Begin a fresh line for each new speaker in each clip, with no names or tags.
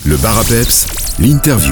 Le Bar à Peps, l'interview.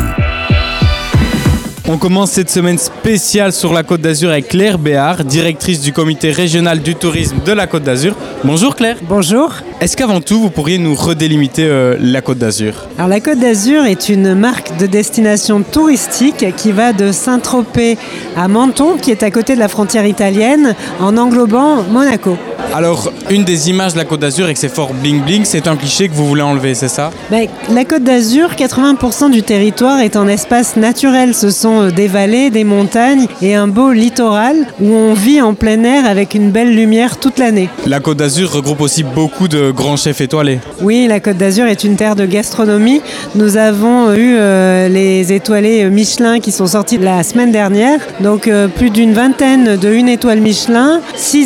On commence cette semaine spéciale sur la Côte d'Azur avec Claire Béard, directrice du comité régional du tourisme de la Côte d'Azur. Bonjour Claire.
Bonjour.
Est-ce qu'avant tout, vous pourriez nous redélimiter la Côte d'Azur ?
Alors la Côte d'Azur est une marque de destination touristique qui va de Saint-Tropez à Menton, qui est à côté de la frontière italienne, en englobant Monaco.
Alors, une des images de la Côte d'Azur et que c'est fort bling bling, c'est un cliché que vous voulez enlever, c'est ça ?
La Côte d'Azur, 80% du territoire est en espace naturel. Ce sont des vallées, des montagnes et un beau littoral où on vit en plein air avec une belle lumière toute l'année.
La Côte d'Azur regroupe aussi beaucoup de grands chefs étoilés.
Oui, la Côte d'Azur est une terre de gastronomie. Nous avons eu les étoilés Michelin qui sont sortis la semaine dernière. Donc plus d'une vingtaine de 1 étoile Michelin,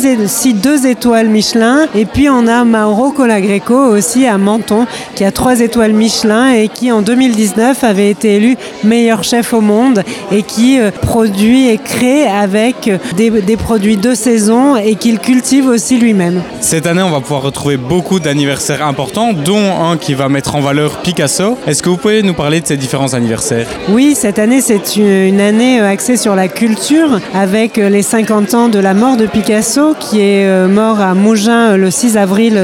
2 étoiles Michelin, et puis on a Mauro Colagreco aussi à Menton qui a 3 étoiles Michelin et qui en 2019 avait été élu meilleur chef au monde et qui produit et crée avec des produits de saison et qu'il cultive aussi lui-même.
Cette année, on va pouvoir retrouver beaucoup d'anniversaires importants, dont un qui va mettre en valeur Picasso. Est-ce que vous pouvez nous parler de ces différents anniversaires ?
Oui, cette année, c'est une année axée sur la culture avec les 50 ans de la mort de Picasso qui est mort à Mougins le 6 avril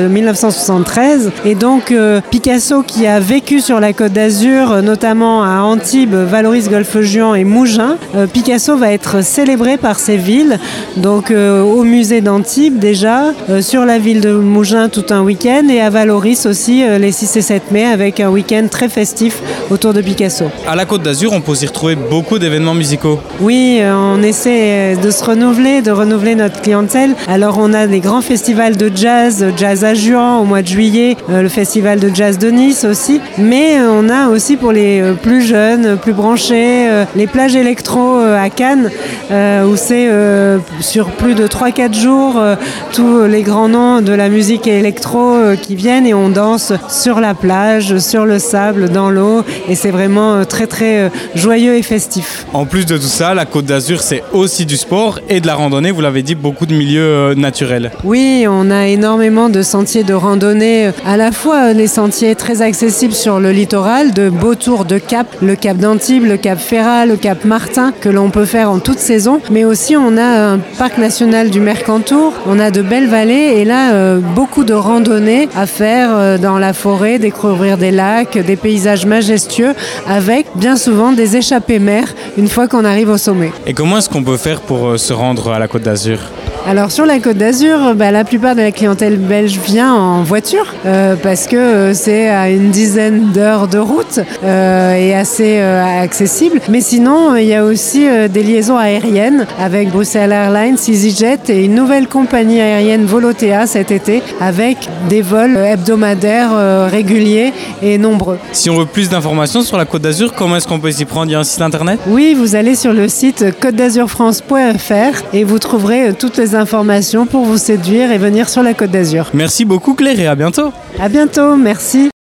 1973. Et donc, Picasso qui a vécu sur la Côte d'Azur, notamment à Antibes, Valoris, Golfe-Juan et Mougins. Picasso va être célébré par ces villes, donc au musée d'Antibes déjà, sur la ville de Mougins tout un week-end et à Valoris aussi les 6 et 7 mai avec un week-end très festif autour de Picasso.
À la Côte d'Azur, on peut aussi retrouver beaucoup d'événements musicaux.
Oui, on essaie de se renouveler, de renouveler notre clientèle. Alors on a des grands festivals de jazz à Juan au mois de juillet, le festival de jazz de Nice aussi. Mais on a aussi pour les plus jeunes, plus branchés, les plages électro à Cannes, où c'est sur plus de 3-4 jours tous les grands noms de la musique électro qui viennent et on danse sur la plage, sur le sable, dans l'eau. Et c'est vraiment très très joyeux et festif.
En plus de tout ça, la Côte d'Azur, c'est aussi du sport et de la randonnée. Vous l'avez dit, beaucoup de milieux naturels.
Oui, on a énormément de sentiers de randonnée, à la fois les sentiers très accessibles sur le littoral, de beaux tours de cap, le cap d'Antibes, le cap Ferrat, le cap Martin, que l'on peut faire en toute saison, mais aussi on a un parc national du Mercantour, on a de belles vallées et là beaucoup de randonnées à faire dans la forêt, découvrir des lacs, des paysages majestueux, avec bien souvent des échappées mer une fois qu'on arrive au sommet.
Et comment est-ce qu'on peut faire pour se rendre à la Côte d'Azur ?
Alors sur la Côte d'Azur, la plupart de la clientèle belge vient en voiture parce que c'est à une dizaine d'heures de route et assez accessible. Mais sinon, il y a aussi des liaisons aériennes avec Bruxelles Airlines, EasyJet et une nouvelle compagnie aérienne Volotea cet été avec des vols hebdomadaires réguliers et nombreux.
Si on veut plus d'informations sur la Côte d'Azur, comment est-ce qu'on peut s'y prendre ? Il y a un site internet ?
Oui, vous allez sur le site côtedazurfrance.fr et vous trouverez toutes les informations pour vous séduire et venir sur la Côte d'Azur.
Merci beaucoup Claire et à bientôt.
À bientôt, merci.